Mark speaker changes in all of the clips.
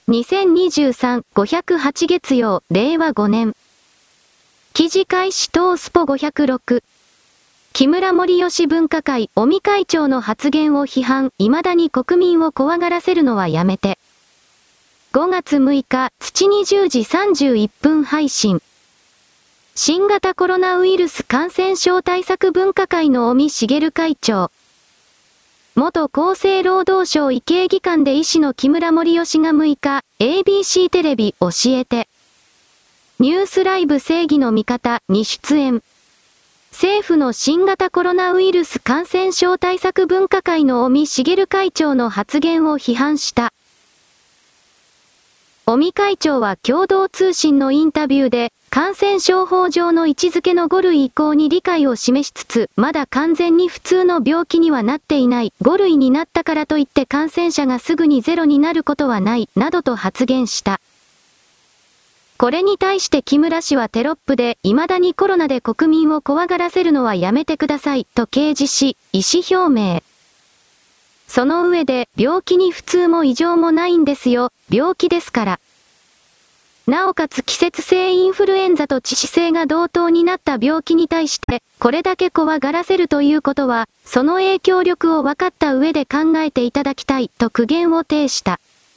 Speaker 1: 2023-508月曜、令和5年。記事開始等スポ506。木村盛吉分科会、尾身会長の発言を批判、未だに国民を怖がらせるのはやめて。5月6日、土20時31分配信。新型コロナウイルス感染症対策分科会の尾身茂会長。元厚生労働省医系技官で医師の木村盛吉が6日、ABC テレビ教えて。ニュースライブ正義の味方に出演。政府の新型コロナウイルス感染症対策分科会の尾身茂会長の発言を批判した。尾身会長は共同通信のインタビューで、感染症法上の位置づけの5類移行に理解を示しつつ、まだ完全に普通の病気にはなっていない、5類になったからといって感染者がすぐにゼロになることはない、などと発言した。これに対して木村氏はテロップで、未だにコロナで国民を怖がらせるのはやめてください、と掲示し、意思表明。その上で、病気に普通も異常もないんですよ、病気ですから。なおかつ季節性インフルエンザと致死性が同等になった病気に対して、これだけ怖がらせるということは、その影響力を分かった上で考えていただきたい、と苦言を呈した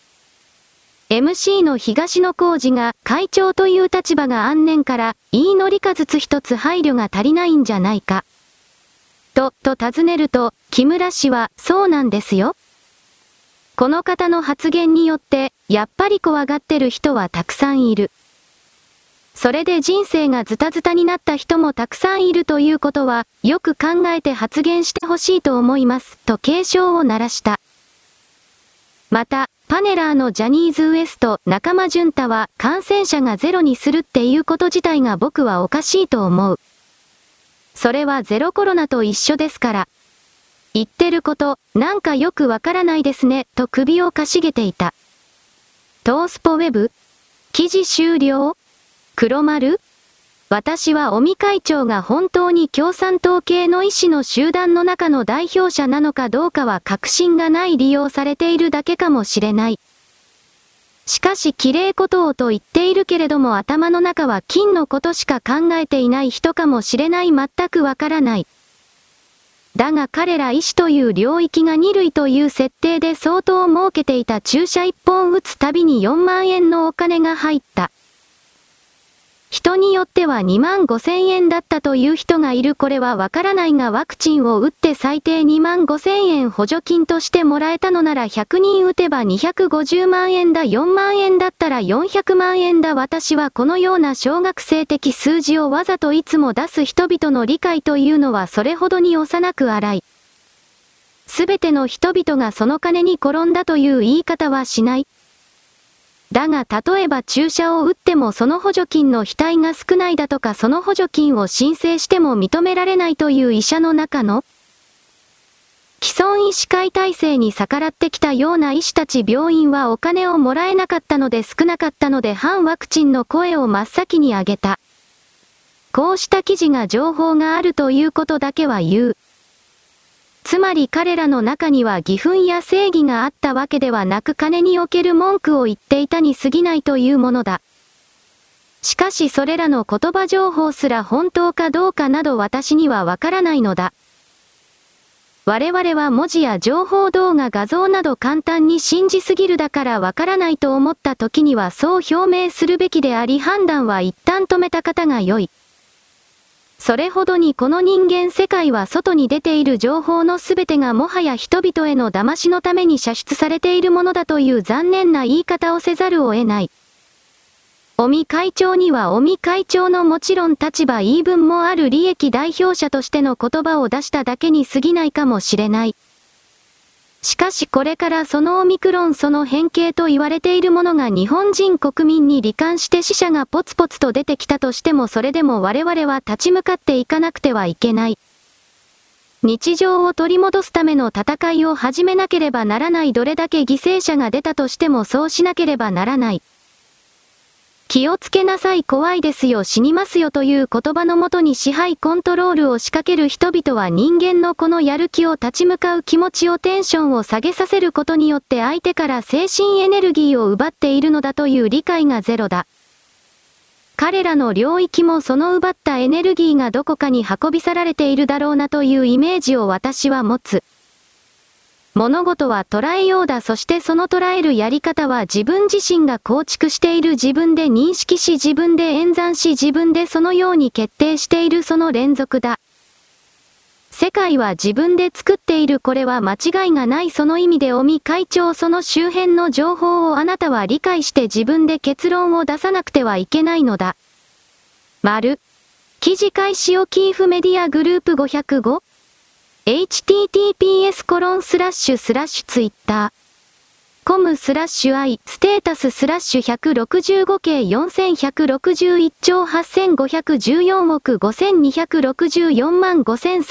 Speaker 1: 。MC の東野幸治が、会長という立場が安年から、言い乗りかずつ一つ配慮が足りないんじゃないか。と尋ねると、木村氏は、そうなんですよ。この方の発言によって、やっぱり怖がってる人はたくさんいる。それで人生がズタズタになった人もたくさんいるということは、よく考えて発言してほしいと思います、と警鐘を鳴らした。また、パネラーのジャニーズ WEST中間淳太は、感染者がゼロにするっていうこと自体が僕はおかしいと思う。それはゼロコロナと一緒ですから。言ってること、なんかよくわからないですね、と首をかしげていた。東スポウェブ？記事終了？黒丸？私は尾身会長が本当に共産党系の医師の集団の中の代表者なのかどうかは確信がない利用されているだけかもしれない。しかし綺麗事をと言っているけれども頭の中は金のことしか考えていない人かもしれない、全くわからない。だが彼ら医師という領域が2類という設定で相当設けていた注射1本打つたびに4万円のお金が入った。人によっては2万5千円だったという人がいる。これはわからないがワクチンを打って最低2万5千円補助金としてもらえたのなら100人打てば250万円だ、4万円だったら400万円だ。私はこのような小学生的数字をわざといつも出す人々の理解というのはそれほどに幼く荒い。すべての人々がその金に転んだという言い方はしない。だが例えば注射を打ってもその補助金の額が少ないだとか、その補助金を申請しても認められないという医者の中の既存医師会体制に逆らってきたような医師たち、病院はお金をもらえなかったので少なかったので反ワクチンの声を真っ先に上げた。こうした記事が情報があるということだけは言う。つまり彼らの中には義憤や正義があったわけではなく、金における文句を言っていたに過ぎないというものだ。しかしそれらの言葉情報すら本当かどうかなど私にはわからないのだ。我々は文字や情報、動画、画像など簡単に信じすぎる。だからわからないと思った時にはそう表明するべきであり、判断は一旦止めた方が良い。それほどにこの人間世界は外に出ている情報のすべてがもはや人々への騙しのために射出されているものだという残念な言い方をせざるを得ない。尾身会長には尾身会長のもちろん立場言い分もある利益代表者としての言葉を出しただけに過ぎないかもしれない。しかしこれからそのオミクロン、その変形と言われているものが日本人国民に罹患して死者がポツポツと出てきたとしても、それでも我々は立ち向かっていかなくてはいけない。日常を取り戻すための戦いを始めなければならない。どれだけ犠牲者が出たとしてもそうしなければならない。 気をつけなさい怖いですよ死にますよという言葉のもとに支配コントロールを仕掛ける人々は人間のこのやる気を立ち向かう気持ちをテンションを下げさせることによって相手から精神エネルギーを奪っているのだという理解がゼロだ。彼らの領域もその奪ったエネルギーがどこかに運び去られているだろうなというイメージを私は持つ。物事は捉えようだ。そしてその捉えるやり方は自分自身が構築している自分で認識し自分で演算し自分でそのように決定しているその連続だ。世界は自分で作っているこれは間違いがないその意味で尾身会長その周辺の情報をあなたは理解して自分で結論を出さなくてはいけないのだ。記事開始オキーフメディアグループ505 https://twitter.com/i ステータス/165計4161兆8514億5264万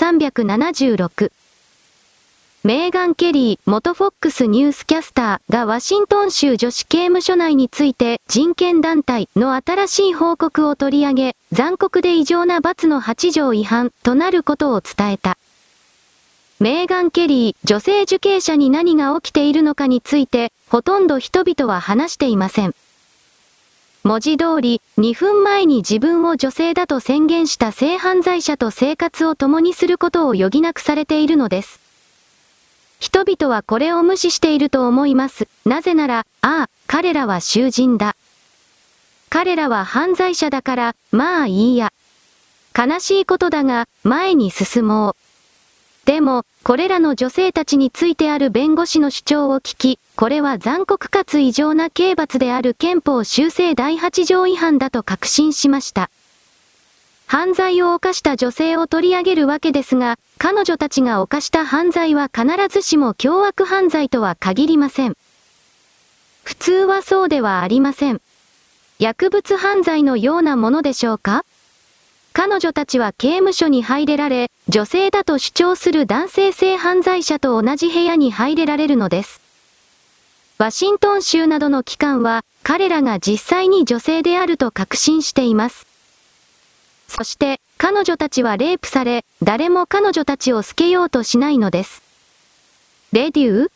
Speaker 1: 5376メーガン・ケリー、元フォックスニュースキャスターがワシントン州女子刑務所内について人権団体の新しい報告を取り上げ、残酷で異常な罰の8条違反となることを伝えた。メーガン・ケリー、女性受刑者に何が起きているのかについて、ほとんど人々は話していません。文字通り、2分前に自分を女性だと宣言した性犯罪者と生活を共にすることを余儀なくされているのです。人々はこれを無視していると思います。なぜなら、彼らは囚人だ。彼らは犯罪者だから、まあいいや。悲しいことだが、前に進もう。でも、これらの女性たちについてある弁護士の主張を聞き、これは残酷かつ異常な刑罰である憲法修正第8条違反だと確信しました。犯罪を犯した女性を取り上げるわけですが、彼女たちが犯した犯罪は必ずしも凶悪犯罪とは限りません。普通はそうではありません。薬物犯罪のようなものでしょうか？彼女たちは刑務所に入れられ、女性だと主張する男性性犯罪者と同じ部屋に入れられるのです。ワシントン州などの機関は、彼らが実際に女性であると確信しています。そして、彼女たちはレイプされ、誰も彼女たちを捨けようとしないのです。レデュー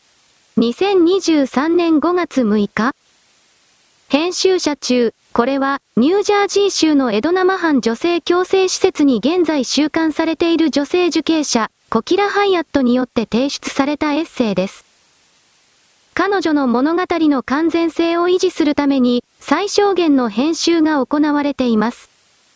Speaker 1: ?2023 年5月6日編集者中、これは、ニュージャージー州のエドナマハン女性矯正施設に現在収監されている女性受刑者、コキラ・ハイアットによって提出されたエッセイです。彼女の物語の完全性を維持するために、最小限の編集が行われています。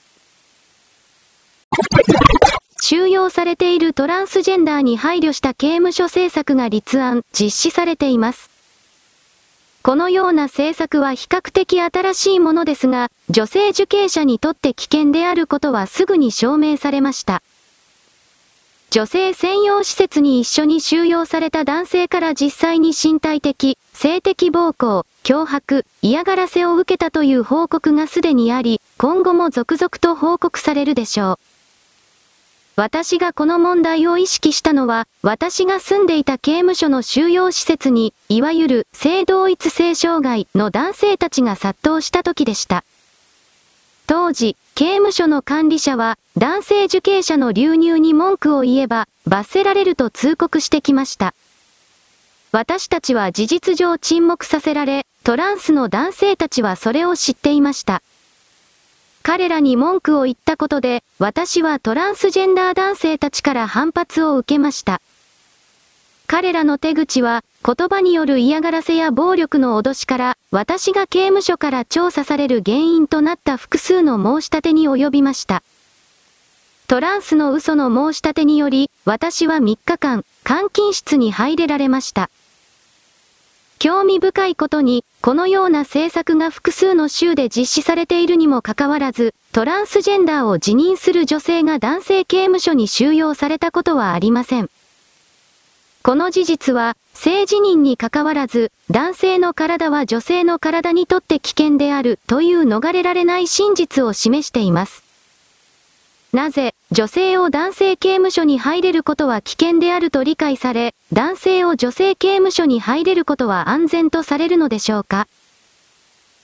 Speaker 1: 収容されているトランスジェンダーに配慮した刑務所政策が立案、実施されています。このような政策は比較的新しいものですが、女性受刑者にとって危険であることはすぐに証明されました。女性専用施設に一緒に収容された男性から実際に身体的、性的暴行、脅迫、嫌がらせを受けたという報告がすでにあり、今後も続々と報告されるでしょう。私がこの問題を意識したのは、私が住んでいた刑務所の収容施設に、いわゆる性同一性障害の男性たちが殺到した時でした。当時、刑務所の管理者は、男性受刑者の流入に文句を言えば、罰せられると通告してきました。私たちは事実上沈黙させられ、トランスの男性たちはそれを知っていました。彼らに文句を言ったことで、私はトランスジェンダー男性たちから反発を受けました。彼らの手口は、言葉による嫌がらせや暴力の脅しから、私が刑務所から調査される原因となった複数の申し立てに及びました。トランスの嘘の申し立てにより、私は3日間、監禁室に入れられました。興味深いことに、このような政策が複数の州で実施されているにもかかわらず、トランスジェンダーを自認する女性が男性刑務所に収容されたことはありません。この事実は、性自認にかかわらず、男性の体は女性の体にとって危険であるという逃れられない真実を示しています。なぜ、女性を男性刑務所に入れることは危険であると理解され、男性を女性刑務所に入れることは安全とされるのでしょうか？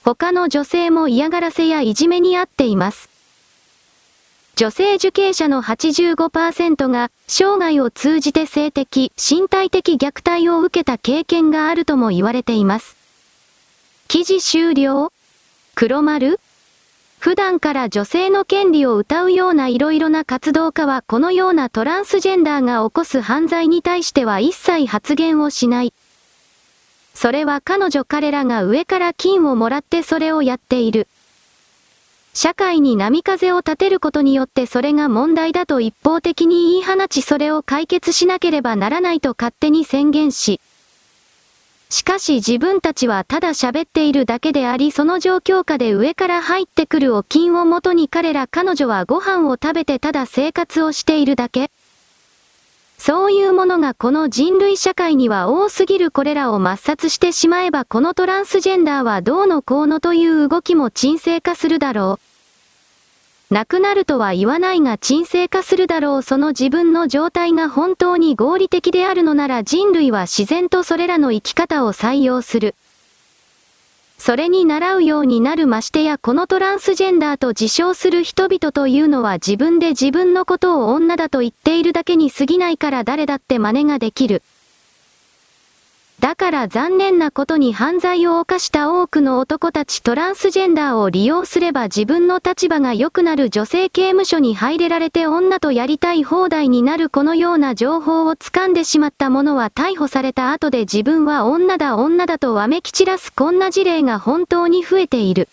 Speaker 1: 他の女性も嫌がらせやいじめに遭っています。女性受刑者の 85% が生涯を通じて性的、身体的虐待を受けた経験があるとも言われています。記事終了。黒丸？普段から女性の権利を謳うようないろいろな活動家はこのようなトランスジェンダーが起こす犯罪に対しては一切発言をしない。それは彼らが上から金をもらってそれをやっている。社会に波風を立てることによってそれが問題だと一方的に言い放ちそれを解決しなければならないと勝手に宣言し、しかし自分たちはただ喋っているだけでありその状況下で上から入ってくるお金をもとに彼女はご飯を食べてただ生活をしているだけ。そういうものがこの人類社会には多すぎる。これらを抹殺してしまえばこのトランスジェンダーはどうのこうのという動きも沈静化するだろう。なくなるとは言わないが沈静化するだろう。その自分の状態が本当に合理的であるのなら人類は自然とそれらの生き方を採用する。それに倣うようになる。ましてやこのトランスジェンダーと自称する人々というのは自分で自分のことを女だと言っているだけに過ぎないから誰だって真似ができる。だから残念なことに犯罪を犯した多くの男たちトランスジェンダーを利用すれば自分の立場が良くなる。女性刑務所に入れられて女とやりたい放題になる。このような情報を掴んでしまった者は逮捕された後で自分は女だとわめき散らす。こんな事例が本当に増えている。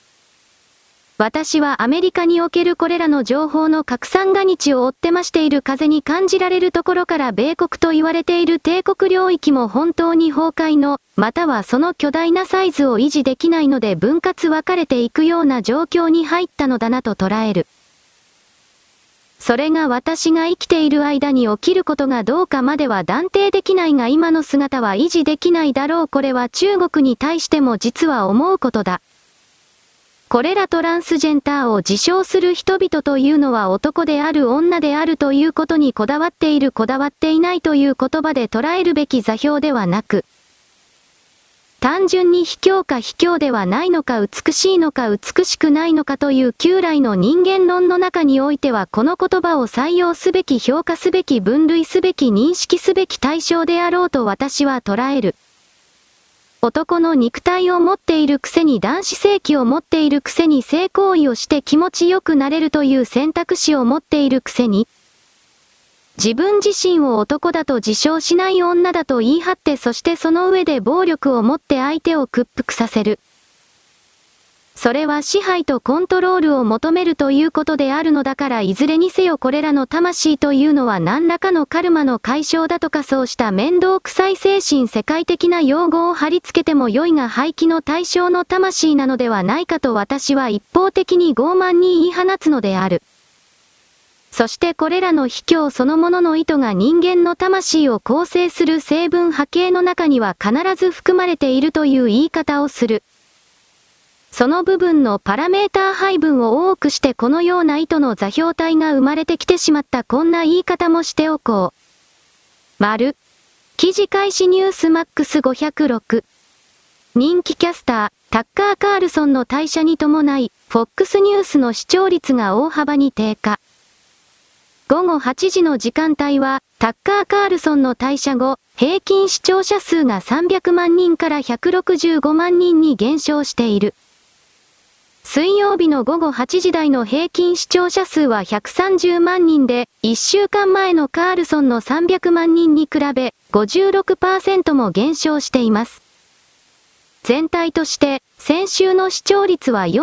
Speaker 1: 私はアメリカにおけるこれらの情報の拡散が日を追ってましている風に感じられるところから米国と言われている帝国領域も本当に崩壊の、またはその巨大なサイズを維持できないので分割分かれていくような状況に入ったのだなと捉える。それが私が生きている間に起きることがどうかまでは断定できないが今の姿は維持できないだろう。これは中国に対しても実は思うことだ。これらトランスジェンダーを自称する人々というのは男である女であるということにこだわっているこだわっていないという言葉で捉えるべき座標ではなく、単純に卑怯か卑怯ではないのか美しいのか美しくないのかという旧来の人間論の中においてはこの言葉を採用すべき評価すべき分類すべき認識すべき対象であろうと私は捉える。男の肉体を持っているくせに男子性器を持っているくせに性行為をして気持ちよくなれるという選択肢を持っているくせに、自分自身を男だと自称しない女だと言い張ってそしてその上で暴力を持って相手を屈服させる。それは支配とコントロールを求めるということであるのだからいずれにせよこれらの魂というのは何らかのカルマの解消だとかそうした面倒くさい精神世界的な用語を貼り付けても良いが廃棄の対象の魂なのではないかと私は一方的に傲慢に言い放つのである。そしてこれらの卑怯そのものの意図が人間の魂を構成する成分波形の中には必ず含まれているという言い方をする。その部分のパラメーター配分を多くしてこのような意図の座標体が生まれてきてしまったこんな言い方もしておこう。記事開始ニュースマックス506。人気キャスター、タッカー・カールソンの退社に伴い、FOX ニュースの視聴率が大幅に低下。午後8時の時間帯は、タッカー・カールソンの退社後、平均視聴者数が300万人から165万人に減少している。水曜日の午後8時台の平均視聴者数は130万人で、1週間前のカールソンの300万人に比べ、56% も減少しています。全体として、先週の視聴率は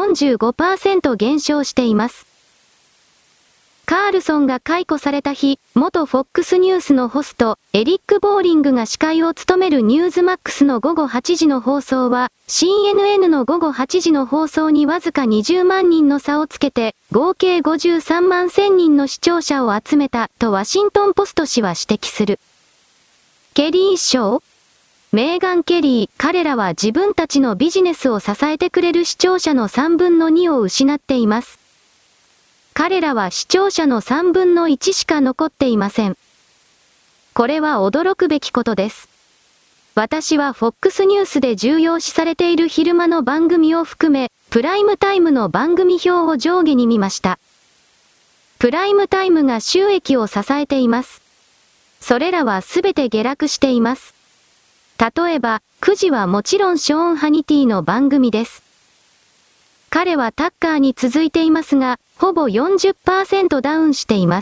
Speaker 1: 45% 減少しています。カールソンが解雇された日、元 FOX ニュースのホスト、エリック・ボーリングが司会を務めるニューズマックスの午後8時の放送は、CNN の午後8時の放送にわずか20万人の差をつけて、合計53万1000人の視聴者を集めた、とワシントンポスト紙は指摘する。ケリー賞？メーガン・ケリー、彼らは自分たちのビジネスを支えてくれる視聴者の3分の2を失っています。彼らは視聴者の3分の1しか残っていません。これは驚くべきことです。 私は FOX ニュースで重要視されている昼間の番組を含め、プライムタイムの番組表を上下に見ました。プライムタイムが収益を支えています。それらはすべて下落しています。例えば、9時はもちろんショーン・ハニティの番組です。彼はタッカーに続いていますが、ほぼ 40% ダウンしています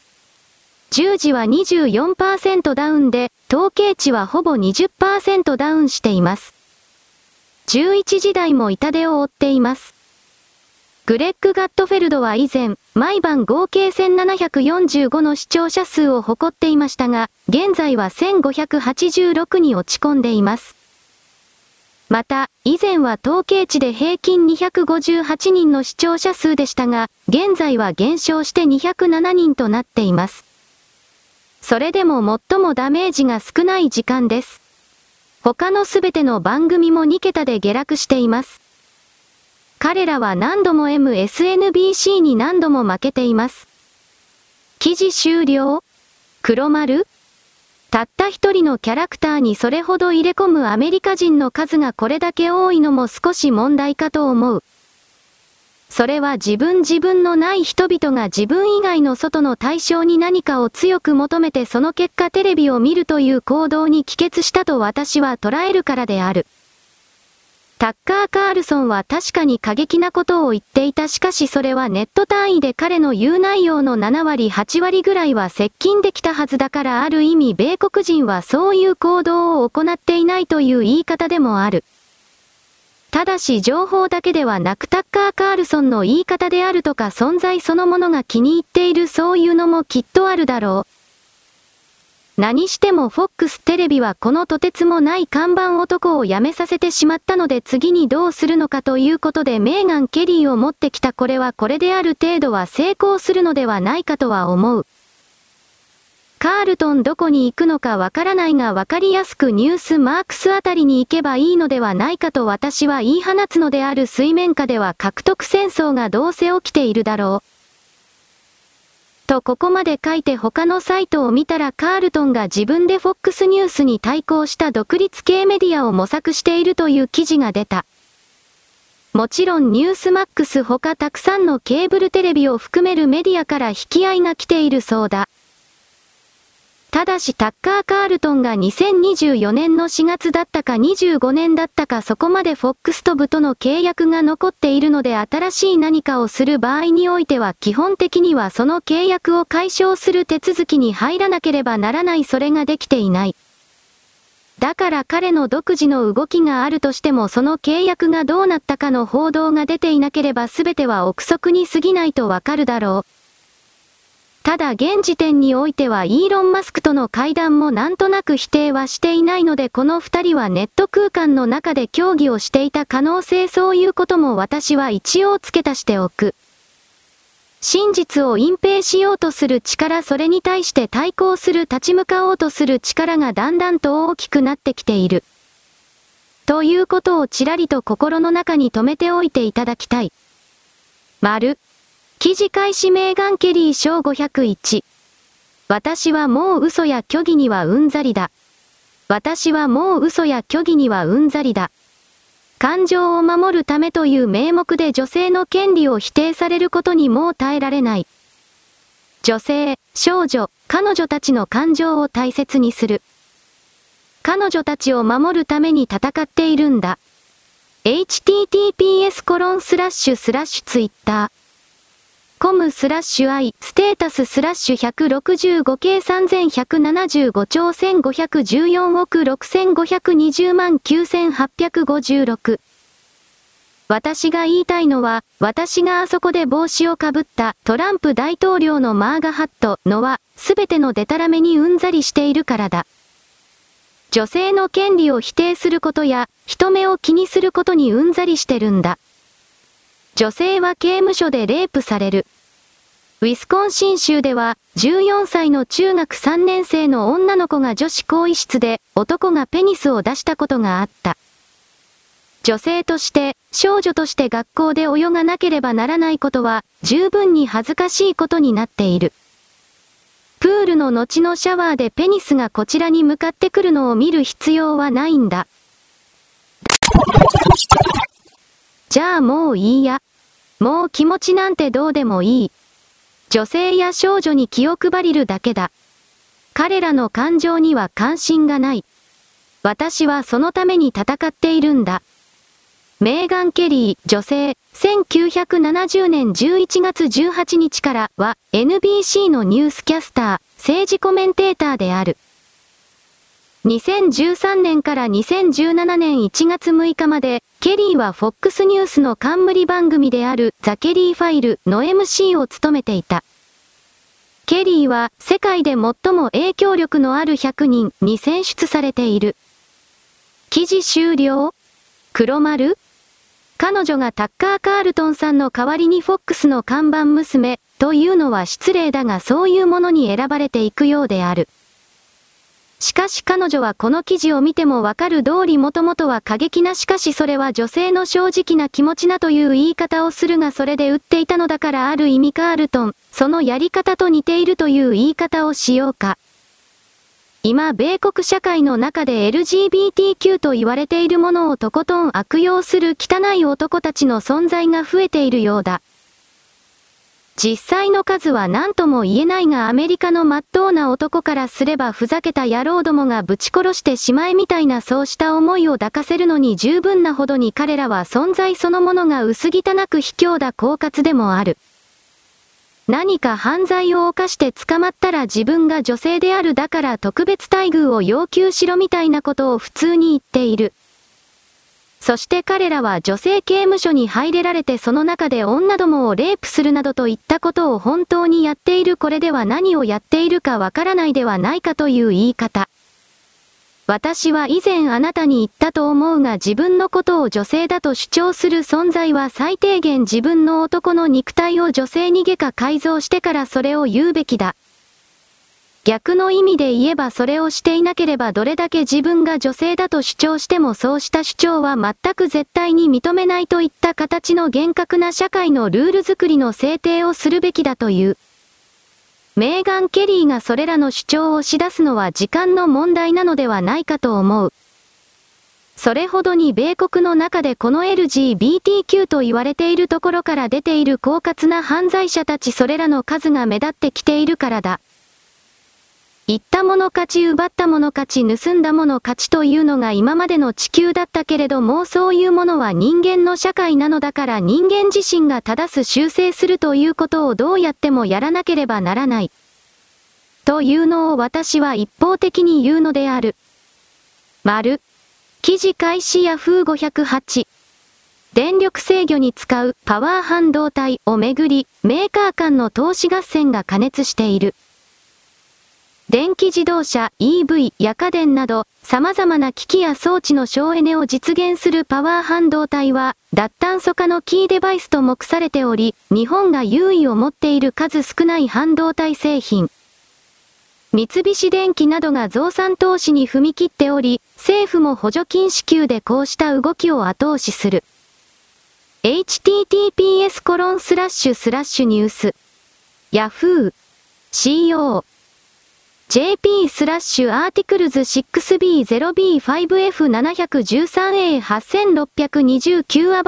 Speaker 1: 。10時は 24% ダウンで、統計値はほぼ 20% ダウンしています。11時台も痛手を負っています。グレッグ・ガットフェルドは以前、毎晩合計1745の視聴者数を誇っていましたが、現在は1586に落ち込んでいます。また、以前は統計値で平均258人の視聴者数でしたが、現在は減少して207人となっています。それでも最もダメージが少ない時間です。他のすべての番組も2桁で下落しています。彼らは何度も MSNBC に何度も負けています。記事終了？黒丸？たった一人のキャラクターにそれほど入れ込むアメリカ人の数がこれだけ多いのも少し問題かと思う。それは自分のない人々が自分以外の外の対象に何かを強く求めてその結果テレビを見るという行動に帰結したと私は捉えるからである。タッカー・カールソンは確かに過激なことを言っていた。しかしそれはネット単位で彼の言う内容の7割8割ぐらいは接近できたはずだから、ある意味米国人はそういう行動を行っていないという言い方でもある。ただし情報だけではなくタッカー・カールソンの言い方であるとか存在そのものが気に入っている、そういうのもきっとあるだろう。何しても FOX テレビはこのとてつもない看板男を辞めさせてしまったので、次にどうするのかということでメーガン・ケリーを持ってきた。これはこれである程度は成功するのではないかとは思う。カールトンどこに行くのかわからないが、わかりやすくニュースマークスあたりに行けばいいのではないかと私は言い放つのである。水面下では獲得戦争がどうせ起きているだろう。とここまで書いて他のサイトを見たらカールトンが自分で FOX ニュースに対抗した独立系メディアを模索しているという記事が出た。もちろんニュースマックス他たくさんのケーブルテレビを含めるメディアから引き合いが来ているそうだ。ただしタッカー・カールトンが2024年の4月だったか25年だったかそこまで FOX と部との契約が残っているので、新しい何かをする場合においては基本的にはその契約を解消する手続きに入らなければならない。それができていない。だから彼の独自の動きがあるとしてもその契約がどうなったかの報道が出ていなければ全ては憶測に過ぎないとわかるだろう。ただ現時点においてはイーロン・マスクとの会談もなんとなく否定はしていないので、この二人はネット空間の中で協議をしていた可能性、そういうことも私は一応付け足しておく。真実を隠蔽しようとする力、それに対して対抗する、立ち向かおうとする力がだんだんと大きくなってきている。ということをちらりと心の中に留めておいていただきたい。記事開始メーガン・ケリー賞501。私はもう嘘や虚偽にはうんざりだ。私はもう嘘や虚偽にはうんざりだ。感情を守るためという名目で女性の権利を否定されることにもう耐えられない。女性、少女、彼女たちの感情を大切にする。彼女たちを守るために戦っているんだ。https://twitter.com/i ステータス/165計3175兆1514億6520万9856。私が言いたいのは、私があそこで帽子をかぶったトランプ大統領のマーガハットのは、すべてのデタラメにうんざりしているからだ。女性の権利を否定することや、人目を気にすることにうんざりしてるんだ。女性は刑務所でレイプされる。ウィスコンシン州では、14歳の中学3年生の女の子が女子更衣室で、男がペニスを出したことがあった。女性として、少女として学校で泳がなければならないことは、十分に恥ずかしいことになっている。ププールの後のシャワーでペニスがこちらに向かってくるのを見る必要はないんだ。じゃあもういいや。もう気持ちなんてどうでもいい。女性や少女に気を配りるだけだ。彼らの感情には関心がない。私はそのために戦っているんだ。メーガン・ケリー、女性、1970年11月18日からは NBC のニュースキャスター、政治コメンテーターである。2013年から2017年1月6日まで、ケリーは FOX ニュースの冠番組であるザ・ケリー・ファイルの MC を務めていた。ケリーは世界で最も影響力のある100人に選出されている。記事終了？黒丸？彼女がタッカー・カールトンさんの代わりに FOX の看板娘というのは失礼だがそういうものに選ばれていくようである。しかし彼女はこの記事を見てもわかる通りもともとは過激なしかしそれは女性の正直な気持ちなという言い方をするがそれで売っていたのだからある意味カールトン、そのやり方と似ているという言い方をしようか。今米国社会の中で LGBTQ と言われているものをとことん悪用する汚い男たちの存在が増えているようだ。実際の数は何とも言えないがアメリカの真っ当な男からすればふざけた野郎どもがぶち殺してしまえみたいなそうした思いを抱かせるのに十分なほどに彼らは存在そのものが薄汚く卑怯だ狡猾でもある。何か犯罪を犯して捕まったら自分が女性であるだから特別待遇を要求しろみたいなことを普通に言っている。そして彼らは女性刑務所に入れられてその中で女どもをレイプするなどといったことを本当にやっているこれでは何をやっているかわからないではないかという言い方。私は以前あなたに言ったと思うが自分のことを女性だと主張する存在は最低限自分の男の肉体を女性に外科改造してからそれを言うべきだ。逆の意味で言えばそれをしていなければどれだけ自分が女性だと主張してもそうした主張は全く絶対に認めないといった形の厳格な社会のルール作りの制定をするべきだという。メーガン・ケリーがそれらの主張をし出すのは時間の問題なのではないかと思う。それほどに米国の中でこの LGBTQ と言われているところから出ている狡猾な犯罪者たちそれらの数が目立ってきているからだ。言ったもの勝ち奪ったもの勝ち盗んだもの勝ちというのが今までの地球だったけれどもうそういうものは人間の社会なのだから人間自身が正す修正するということをどうやってもやらなければならない。というのを私は一方的に言うのである。記事開始Yahoo508。電力制御に使うパワー半導体をめぐりメーカー間の投資合戦が過熱している。電気自動車、EV や家電など、様々な機器や装置の省エネを実現するパワー半導体は、脱炭素化のキーデバイスと目されており、日本が優位を持っている数少ない半導体製品。三菱電機などが増産投資に踏み切っており、政府も補助金支給でこうした動きを後押しする。https://news Yahoo CO JP/Articles6B0B5F713A8629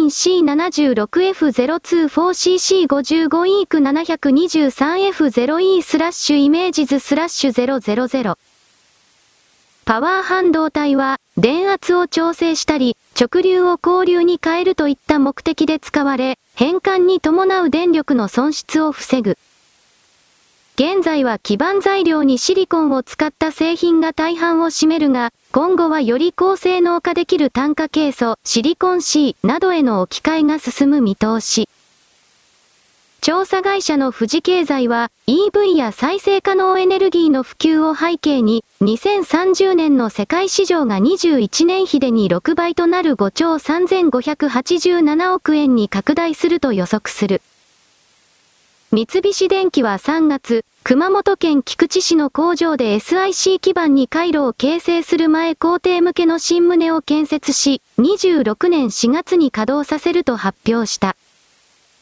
Speaker 1: ABA9C76F024E723F0E/Images/000パワー半導体は、電圧を調整したり、直流を交流に変えるといった目的で使われ、変換に伴う電力の損失を防ぐ。現在は基板材料にシリコンを使った製品が大半を占めるが、今後はより高性能化できる炭化ケイ素、シリコン C などへの置き換えが進む見通し。調査会社の富士経済は EV や再生可能エネルギーの普及を背景に2030年の世界市場が21年比でに6倍となる5兆3587億円に拡大すると予測する。三菱電機は3月、熊本県菊池市の工場で SiC 基板に回路を形成する前工程向けの新棟を建設し、26年4月に稼働させると発表した。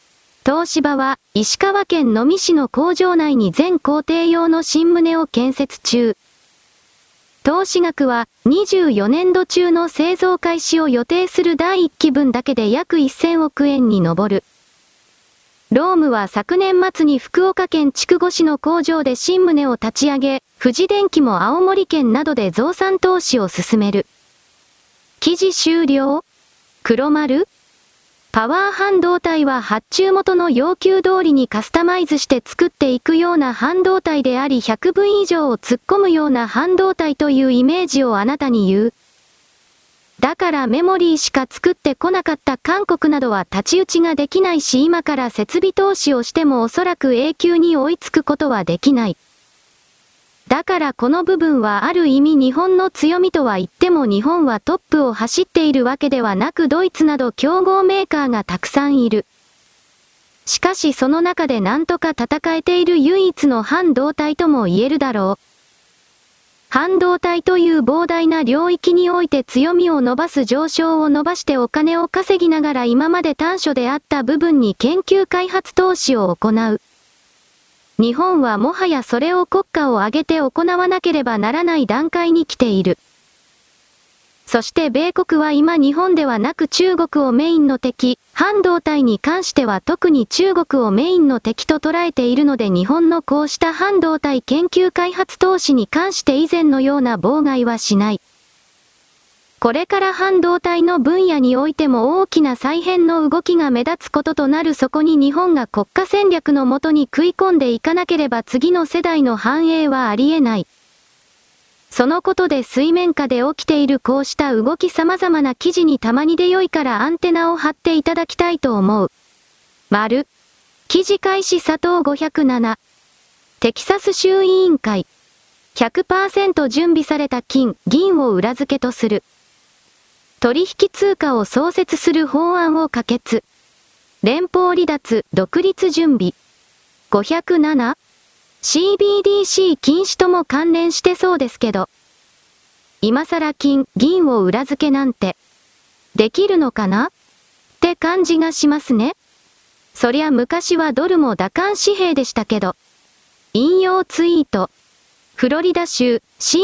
Speaker 1: 東芝は、石川県能美市の工場内に全工程用の新棟を建設中。投資額は、24年度中の製造開始を予定する第1期分だけで約1000億円に上る。ロームは昨年末に福岡県筑後市の工場で新棟を立ち上げ、富士電機も青森県などで増産投資を進める。記事終了？黒丸？パワー半導体は発注元の要求通りにカスタマイズして作っていくような半導体であり100分以上を突っ込むような半導体というイメージをあなたに言う。だからメモリーしか作ってこなかった韓国などは太刀打ちができないし今から設備投資をしてもおそらく永久に追いつくことはできない。だからこの部分はある意味日本の強みとは言っても日本はトップを走っているわけではなくドイツなど競合メーカーがたくさんいる。しかしその中でなんとか戦えている唯一の半導体とも言えるだろう。半導体という膨大な領域において強みを伸ばす上昇を伸ばしてお金を稼ぎながら今まで短所であった部分に研究開発投資を行う。日本はもはやそれを国家を挙げて行わなければならない段階に来ている。そして米国は今日本ではなく中国をメインの敵、半導体に関しては特に中国をメインの敵と捉えているので日本のこうした半導体研究開発投資に関して以前のような妨害はしない。これから半導体の分野においても大きな再編の動きが目立つこととなるそこに日本が国家戦略のもとに食い込んでいかなければ次の世代の繁栄はありえない。そのことで水面下で起きているこうした動き様々な記事にたまにでよいからアンテナを張っていただきたいと思う。丸。記事開始佐藤507。テキサス州委員会。100% 準備された金、銀を裏付けとする。取引通貨を創設する法案を可決。連邦離脱、独立準備。507。CBDC 禁止とも関連してそうですけど。今更金、銀を裏付けなんて。できるのかな？って感じがしますね。そりゃ昔はドルも打艦紙幣でしたけど。引用ツイート。フロリダ州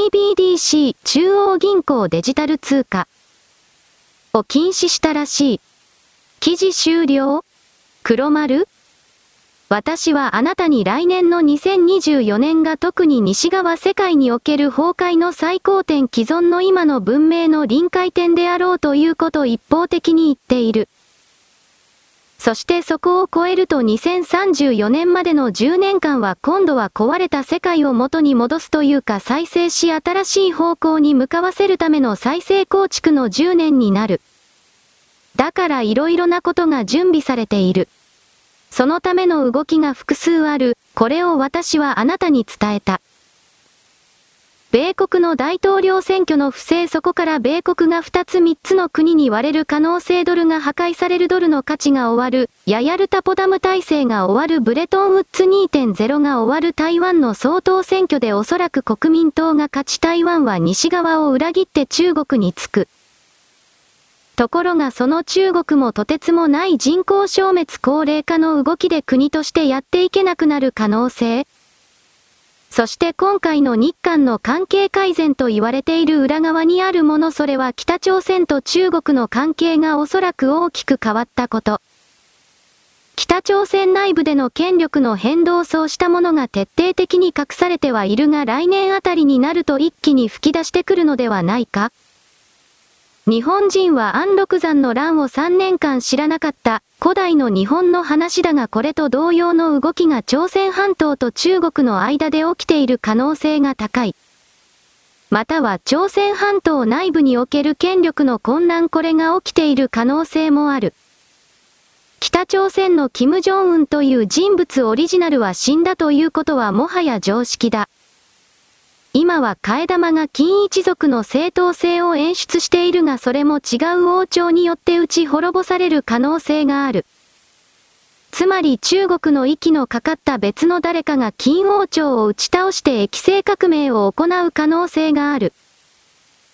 Speaker 1: CBDC 中央銀行デジタル通貨を禁止したらしい。記事終了？黒丸？私はあなたに来年の2024年が特に西側世界における崩壊の最高点既存の今の文明の臨界点であろうということを一方的に言っている。そしてそこを超えると2034年までの10年間は今度は壊れた世界を元に戻すというか再生し新しい方向に向かわせるための再生構築の10年になる。だからいろいろなことが準備されている。そのための動きが複数ある。これを私はあなたに伝えた。米国の大統領選挙の不正そこから米国が2つ3つの国に割れる可能性ドルが破壊されるドルの価値が終わる。ヤヤルタポダム体制が終わるブレトンウッズ 2.0 が終わる台湾の総統選挙でおそらく国民党が勝ち台湾は西側を裏切って中国につく。ところがその中国もとてつもない人口消滅高齢化の動きで国としてやっていけなくなる可能性。そして今回の日韓の関係改善と言われている裏側にあるものそれは北朝鮮と中国の関係がおそらく大きく変わったこと。北朝鮮内部での権力の変動そうしたものが徹底的に隠されてはいるが来年あたりになると一気に吹き出してくるのではないか。日本人は安禄山の乱を3年間知らなかった古代の日本の話だがこれと同様の動きが朝鮮半島と中国の間で起きている可能性が高い。または朝鮮半島内部における権力の混乱これが起きている可能性もある。北朝鮮の金正恩という人物オリジナルは死んだということはもはや常識だ。今は替え玉が金一族の正当性を演出しているがそれも違う王朝によって打ち滅ぼされる可能性がある。つまり中国の息のかかった別の誰かが金王朝を打ち倒して液政革命を行う可能性がある。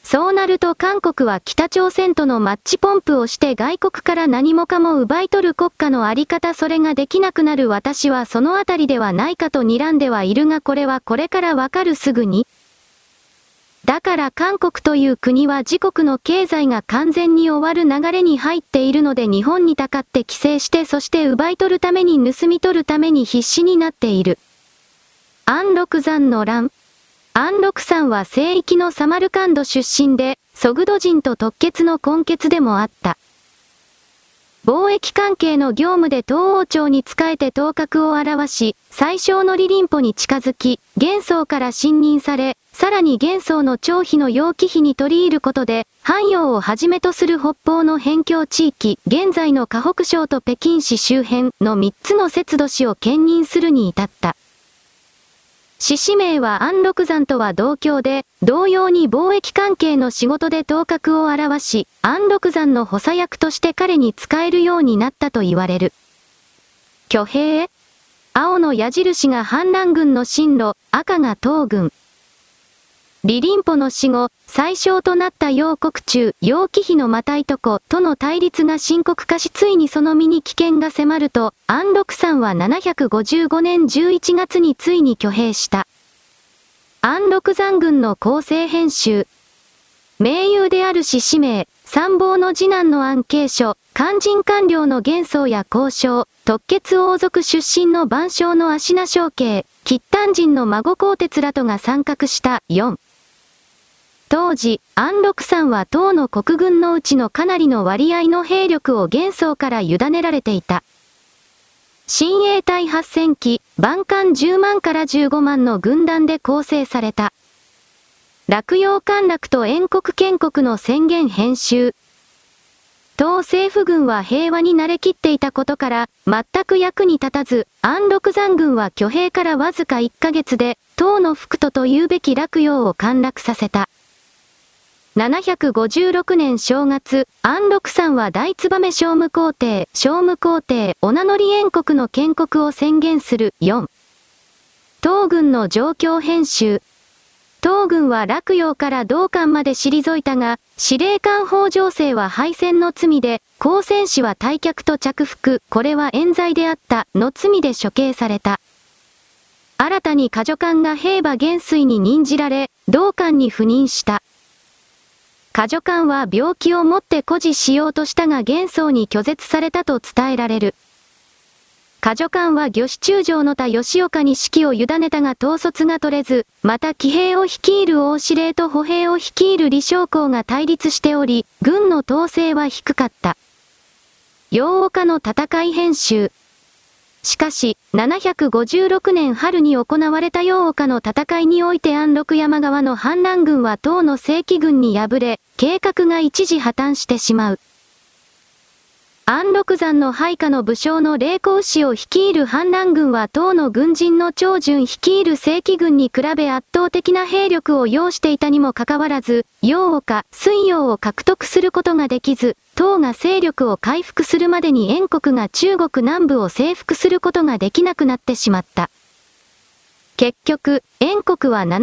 Speaker 1: そうなると韓国は北朝鮮とのマッチポンプをして外国から何もかも奪い取る国家のあり方、それができなくなる。私はそのあたりではないかと睨んではいるが、これはこれからわかる。すぐに。だから韓国という国は自国の経済が完全に終わる流れに入っているので、日本にたかって規制して、そして奪い取るために盗み取るために必死になっている。安禄山の乱。安禄山は西域のサマルカンド出身で、ソグド人と突厥の根血でもあった。貿易関係の業務で東王朝に仕えて頭角を現し、最小の李林甫に近づき、元宋から信任され、さらに元宋の張飛の楊貴妃に取り入ることで、漢陽をはじめとする北方の辺境地域、現在の河北省と北京市周辺の3つの節度市を兼任するに至った。志士名は安禄山とは同郷で、同様に貿易関係の仕事で頭角を現し、安禄山の補佐役として彼に仕えるようになったと言われる。挙兵。青の矢印が反乱軍の進路、赤が東軍。李林甫の死後、最小となった楊国忠、楊貴妃のまたいとことの対立が深刻化し、ついにその身に危険が迫ると、安禄山は755年11月についに挙兵した。安禄山軍の構成編集。盟友である志士名、参謀の次男の安慶書、肝心官僚の元宋や交渉、突厥王族出身の万象の芦名承継、吉丹人の孫光哲らとが参画した4。当時、安禄山は唐の国軍のうちのかなりの割合の兵力を元宋から委ねられていた。親衛隊8000機、万艦10万から15万の軍団で構成された。洛陽陥落と燕国建国の宣言編集。唐政府軍は平和に慣れきっていたことから、全く役に立たず、安禄山軍は挙兵からわずか1ヶ月で、唐の副都というべき洛陽を陥落させた。756年正月、安禄山は大燕聖武皇帝、お名乗り燕国の建国を宣言する4。東軍の状況編集。東軍は洛陽から道館まで退いたが、司令官北条姓は敗戦の罪で、高専氏は退却と着服、これは冤罪であった、の罪で処刑された。新たに下女官が兵馬元帥に任じられ、道館に赴任した。下女官は病気をもって誇示しようとしたが元宋に拒絶されたと伝えられる。下女官は御司中将の田吉岡に指揮を委ねたが統率が取れず、また騎兵を率いる大司令と歩兵を率いる李昌公が対立しており、軍の統制は低かった。楊岡の戦い編集。しかし、756年春に行われた楊岡の戦いにおいて安禄山側の反乱軍は唐の正規軍に敗れ、計画が一時破綻してしまう。安禄山の配下の武将の霊光氏を率いる反乱軍は唐の軍人の長順率いる正規軍に比べ圧倒的な兵力を要していたにもかかわらず、楊岡、睢陽を獲得することができず、唐が勢力を回復するまでに燕国が中国南部を征服することができなくなってしまった。結局、燕国は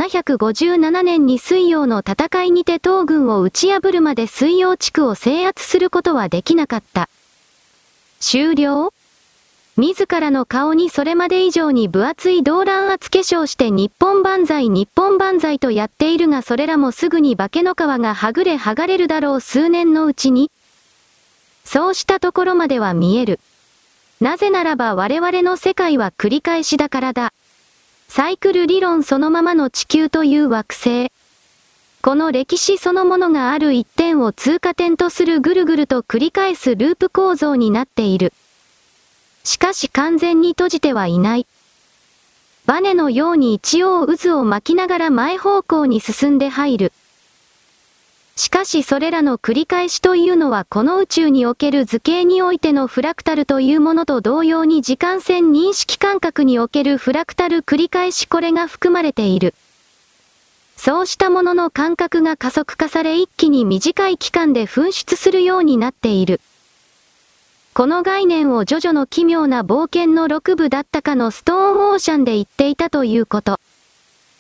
Speaker 1: 757年に睢陽の戦いにて唐軍を打ち破るまで睢陽地区を制圧することはできなかった。終了？自らの顔にそれまで以上に分厚い動乱圧化粧して日本万歳とやっているがそれらもすぐに化けの皮がはぐれ剥がれるだろう数年のうちに。そうしたところまでは見える。なぜならば我々の世界は繰り返しだからだ。サイクル理論そのままの地球という惑星。この歴史そのものがある一点を通過点とするぐるぐると繰り返すループ構造になっている。しかし完全に閉じてはいない。バネのように一応渦を巻きながら前方向に進んで入る。しかしそれらの繰り返しというのはこの宇宙における図形においてのフラクタルというものと同様に時間線認識感覚におけるフラクタル繰り返しこれが含まれている。そうしたものの感覚が加速化され一気に短い期間で噴出するようになっている。この概念をジョジョの奇妙な冒険の6部だったかのストーンオーシャンで言っていたということ。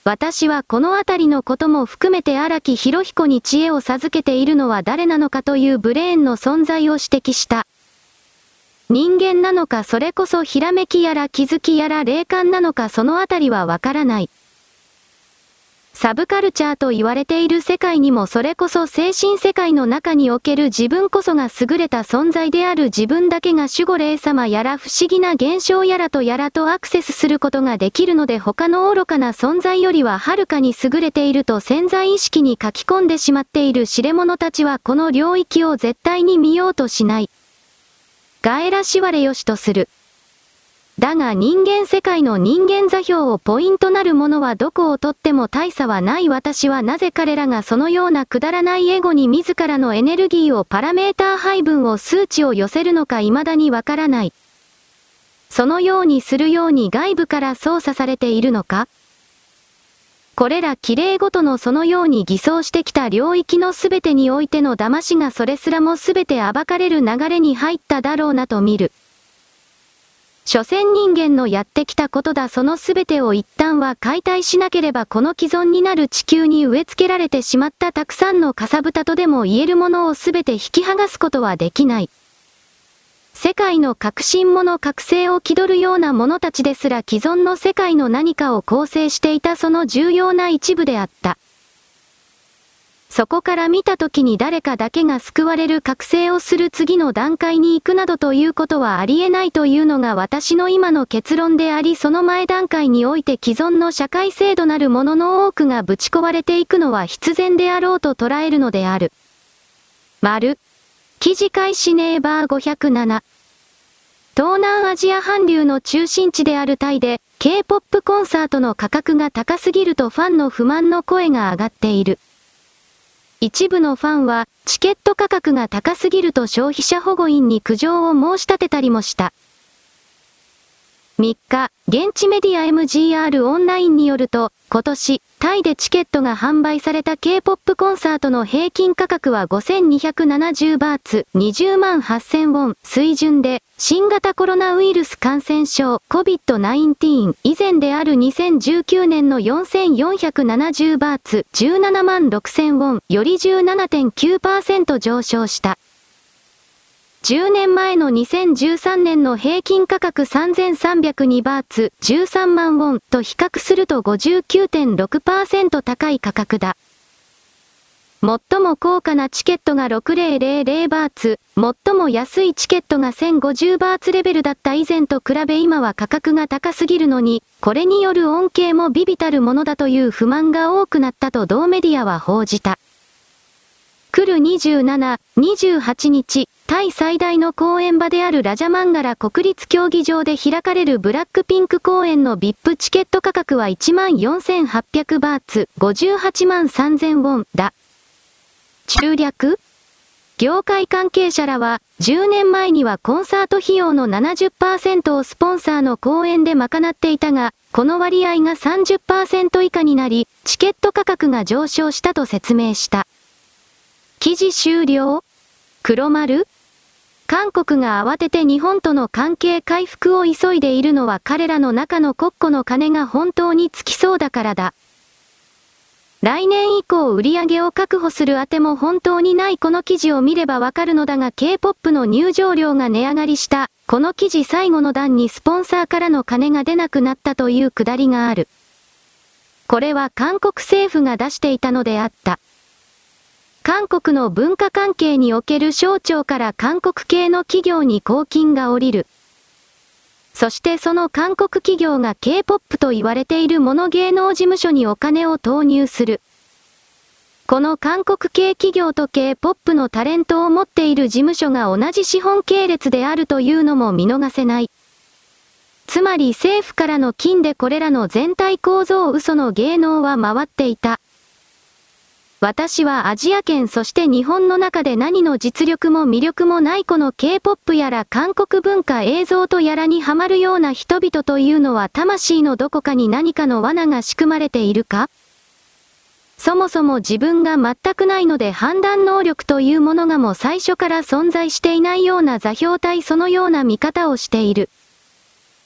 Speaker 1: 私はこのあたりのことも含めて荒木博彦に知恵を授けているのは誰なのかというブレーンの存在を指摘した。人間なのかそれこそひらめきやら気づきやら霊感なのかそのあたりはわからない。サブカルチャーと言われている世界にもそれこそ精神世界の中における自分こそが優れた存在である自分だけが守護霊様やら不思議な現象やらとアクセスすることができるので他の愚かな存在よりははるかに優れていると潜在意識に書き込んでしまっている知れ者たちはこの領域を絶対に見ようとしない。ガエラしわれよしとする。だが人間世界の人間座標をポイントなるものはどこをとっても大差はない。私はなぜ彼らがそのようなくだらないエゴに自らのエネルギーをパラメーター配分を数値を寄せるのか未だにわからない。そのようにするように外部から操作されているのか？これら綺麗ごとのそのように偽装してきた領域のすべてにおいての騙しがそれすらもすべて暴かれる流れに入っただろうなと見る。所詮人間のやってきたことだ。そのすべてを一旦は解体しなければこの既存になる地球に植え付けられてしまったたくさんのかさぶたとでも言えるものをすべて引き剥がすことはできない。世界の革新者覚醒を気取るような者たちですら既存の世界の何かを構成していたその重要な一部であった。そこから見たときに誰かだけが救われる覚醒をする次の段階に行くなどということはありえないというのが私の今の結論であり、その前段階において既存の社会制度なるものの多くがぶち壊れていくのは必然であろうと捉えるのである。記事開始ネイバー507。東南アジア韓流の中心地であるタイで、K-POP コンサートの価格が高すぎるとファンの不満の声が上がっている。一部のファンは、チケット価格が高すぎると消費者保護員に苦情を申し立てたりもした。3日、現地メディア MGR オンラインによると、今年、タイでチケットが販売された K-POP コンサートの平均価格は5270バーツ、20万8000ウォン水準で、新型コロナウイルス感染症 COVID-19 以前である2019年の4470バーツ、17万6000ウォンより 17.9% 上昇した。10年前の2013年の平均価格3302バーツ、13万ウォンと比較すると 59.6% 高い価格だ。最も高価なチケットが6000バーツ、最も安いチケットが1050バーツレベルだった以前と比べ今は価格が高すぎるのに、これによる恩恵も微々たるものだという不満が多くなったと同メディアは報じた。来る27、28日、タイ最大の公演場であるラジャマンガラ国立競技場で開かれるブラックピンク公演の VIP チケット価格は14,800バーツ、58万3000ウォンだ。中略？業界関係者らは、10年前にはコンサート費用の 70% をスポンサーの公演で賄っていたが、この割合が 30% 以下になり、チケット価格が上昇したと説明した。記事終了？黒丸？韓国が慌てて日本との関係回復を急いでいるのは彼らの中の国庫の金が本当につきそうだからだ。来年以降売り上げを確保するあても本当にないこの記事を見ればわかるのだが K-POP の入場料が値上がりした。この記事最後の段にスポンサーからの金が出なくなったというくだりがある。これは韓国政府が出していたのであった。韓国の文化関係における省庁から韓国系の企業に公金が下りる。そしてその韓国企業が K-POP と言われているモノ芸能事務所にお金を投入する。この韓国系企業と K-POP のタレントを持っている事務所が同じ資本系列であるというのも見逃せない。つまり政府からの金でこれらの全体構造嘘の芸能は回っていた。私はアジア圏そして日本の中で何の実力も魅力もないこの K-POP やら韓国文化映像とやらにハマるような人々というのは魂のどこかに何かの罠が仕組まれているか？そもそも自分が全くないので判断能力というものがもう最初から存在していないような座標体そのような見方をしている。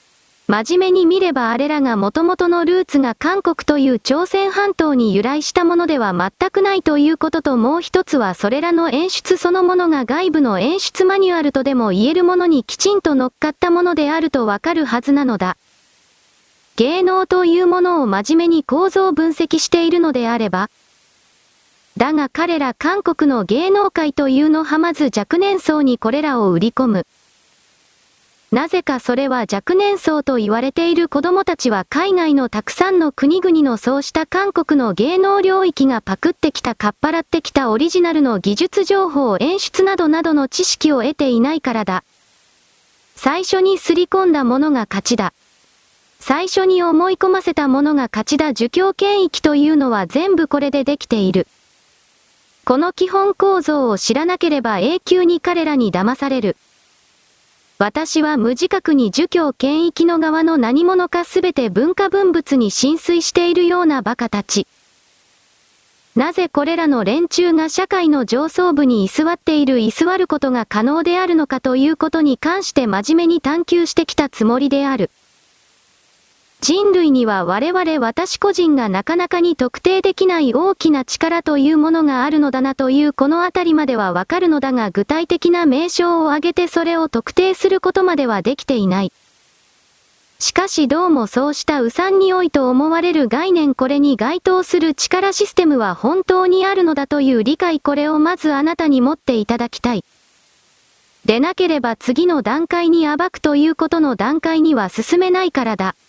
Speaker 1: 真面目に見ればあれらが元々のルーツが韓国という朝鮮半島に由来したものでは全くないということと、もう一つはそれらの演出そのものが外部の演出マニュアルとでも言えるものにきちんと乗っかったものであるとわかるはずなのだ。芸能というものを真面目に構造分析しているのであれば。だが彼ら韓国の芸能界というのはまず若年層にこれらを売り込む。なぜかそれは若年層と言われている子供たちは海外のたくさんの国々のそうした韓国の芸能領域がパクってきたかっぱらってきたオリジナルの技術情報演出などなどの知識を得ていないからだ。最初にすり込んだものが勝ちだ。最初に思い込ませたものが勝ちだ。儒教権益というのは全部これでできている。この基本構造を知らなければ永久に彼らに騙される。私は無自覚に儒教権益の側の何者かすべて文化文物に浸水しているような馬鹿たち。なぜこれらの連中が社会の上層部に居座っている居座ることが可能であるのかということに関して真面目に探求してきたつもりである。人類には私個人がなかなかに特定できない大きな力というものがあるのだなというこのあたりまではわかるのだが具体的な名称を挙げてそれを特定することまではできていない。しかしどうもそうしたうさんにおいと思われる概念これに該当する力システムは本当にあるのだという理解これをまずあなたに持っていただきたい。でなければ次の段階に暴くということの段階には進めないからだ。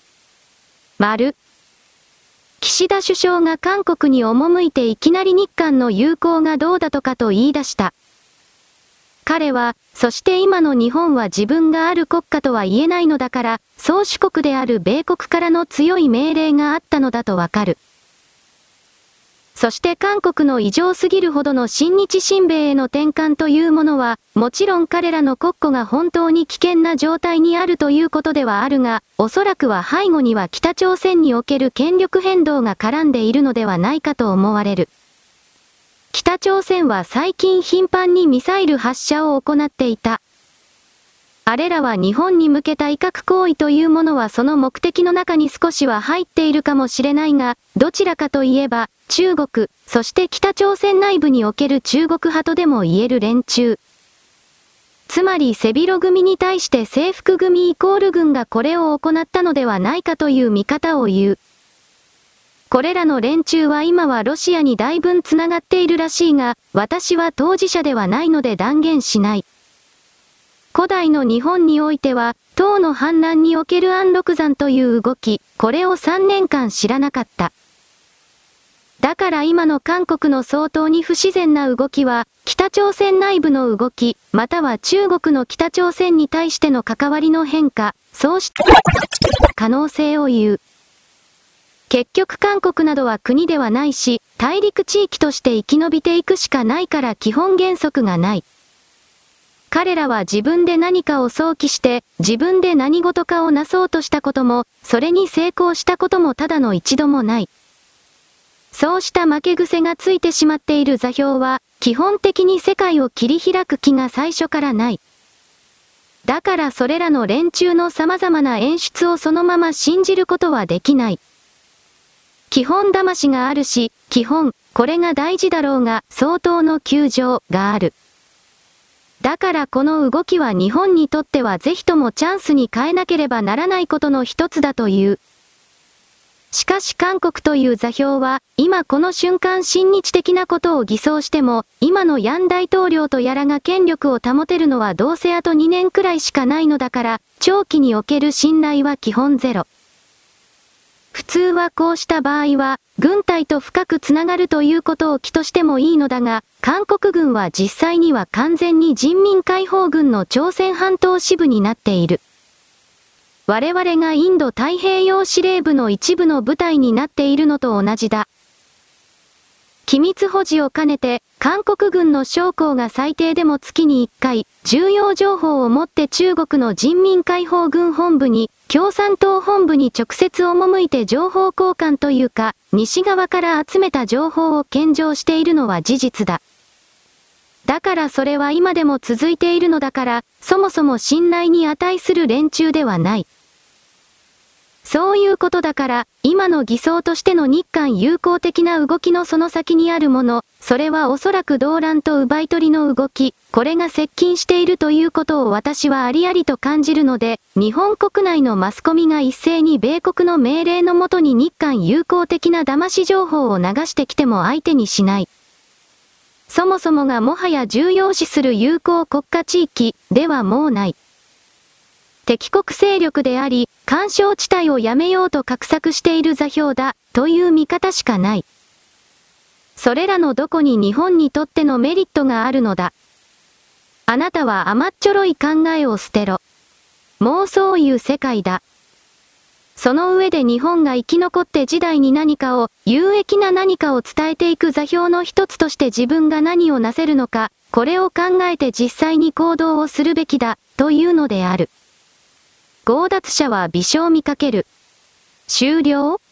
Speaker 1: 岸田首相が韓国に赴いていきなり日韓の友好がどうだとかと言い出した。彼は、そして今の日本は自分がある国家とは言えないのだから、宗主国である米国からの強い命令があったのだとわかる。そして韓国の異常すぎるほどの親日親米への転換というものは、もちろん彼らの国庫が本当に危険な状態にあるということではあるが、おそらくは背後には北朝鮮における権力変動が絡んでいるのではないかと思われる。北朝鮮は最近頻繁にミサイル発射を行っていた。あれらは日本に向けた威嚇行為というものはその目的の中に少しは入っているかもしれないが、どちらかといえば、中国、そして北朝鮮内部における中国派とでも言える連中。つまり背広組に対して制服組イコール軍がこれを行ったのではないかという見方を言う。これらの連中は今はロシアにだいぶつながっているらしいが、私は当事者ではないので断言しない。古代の日本においては、唐の反乱における安禄山という動き、これを3年間知らなかった。だから今の韓国の相当に不自然な動きは、北朝鮮内部の動き、または中国の北朝鮮に対しての関わりの変化、そうした可能性を言う。結局韓国などは国ではないし、大陸地域として生き延びていくしかないから基本原則がない。彼らは自分で何かを想起して、自分で何事かをなそうとしたことも、それに成功したこともただの一度もない。そうした負け癖がついてしまっている座標は、基本的に世界を切り開く気が最初からない。だからそれらの連中の様々な演出をそのまま信じることはできない。基本魂があるし、基本、これが大事だろうが、相当の窮状がある。だからこの動きは日本にとってはぜひともチャンスに変えなければならないことの一つだという。しかし韓国という座標は、今この瞬間親日的なことを偽装しても、今のヤン大統領とやらが権力を保てるのはどうせあと2年くらいしかないのだから、長期における信頼は基本ゼロ。普通はこうした場合は、軍隊と深くつながるということを気としてもいいのだが、韓国軍は実際には完全に人民解放軍の朝鮮半島支部になっている。我々がインド太平洋司令部の一部の部隊になっているのと同じだ。機密保持を兼ねて、韓国軍の将校が最低でも月に1回、重要情報を持って中国の人民解放軍本部に、共産党本部に直接赴いて情報交換というか、西側から集めた情報を献上しているのは事実だ。だからそれは今でも続いているのだから、そもそも信頼に値する連中ではない。 そういうことだから、今の偽装としての日韓友好的な動きのその先にあるもの、それはおそらく動乱と奪い取りの動き、これが接近しているということを私はありありと感じるので、日本国内のマスコミが一斉に米国の命令のもとに日韓友好的な騙し情報を流してきても相手にしない。そもそもがもはや重要視する友好国家地域ではもうない。敵国勢力であり、干渉地帯をやめようと画策している座標だ、という見方しかない。それらのどこに日本にとってのメリットがあるのだ。あなたは甘っちょろい考えを捨てろ。もうそういう世界だ。その上で日本が生き残って時代に何かを、有益な何かを伝えていく座標の一つとして自分が何をなせるのか、これを考えて実際に行動をするべきだ、というのである。強奪者は微笑みかける。終了？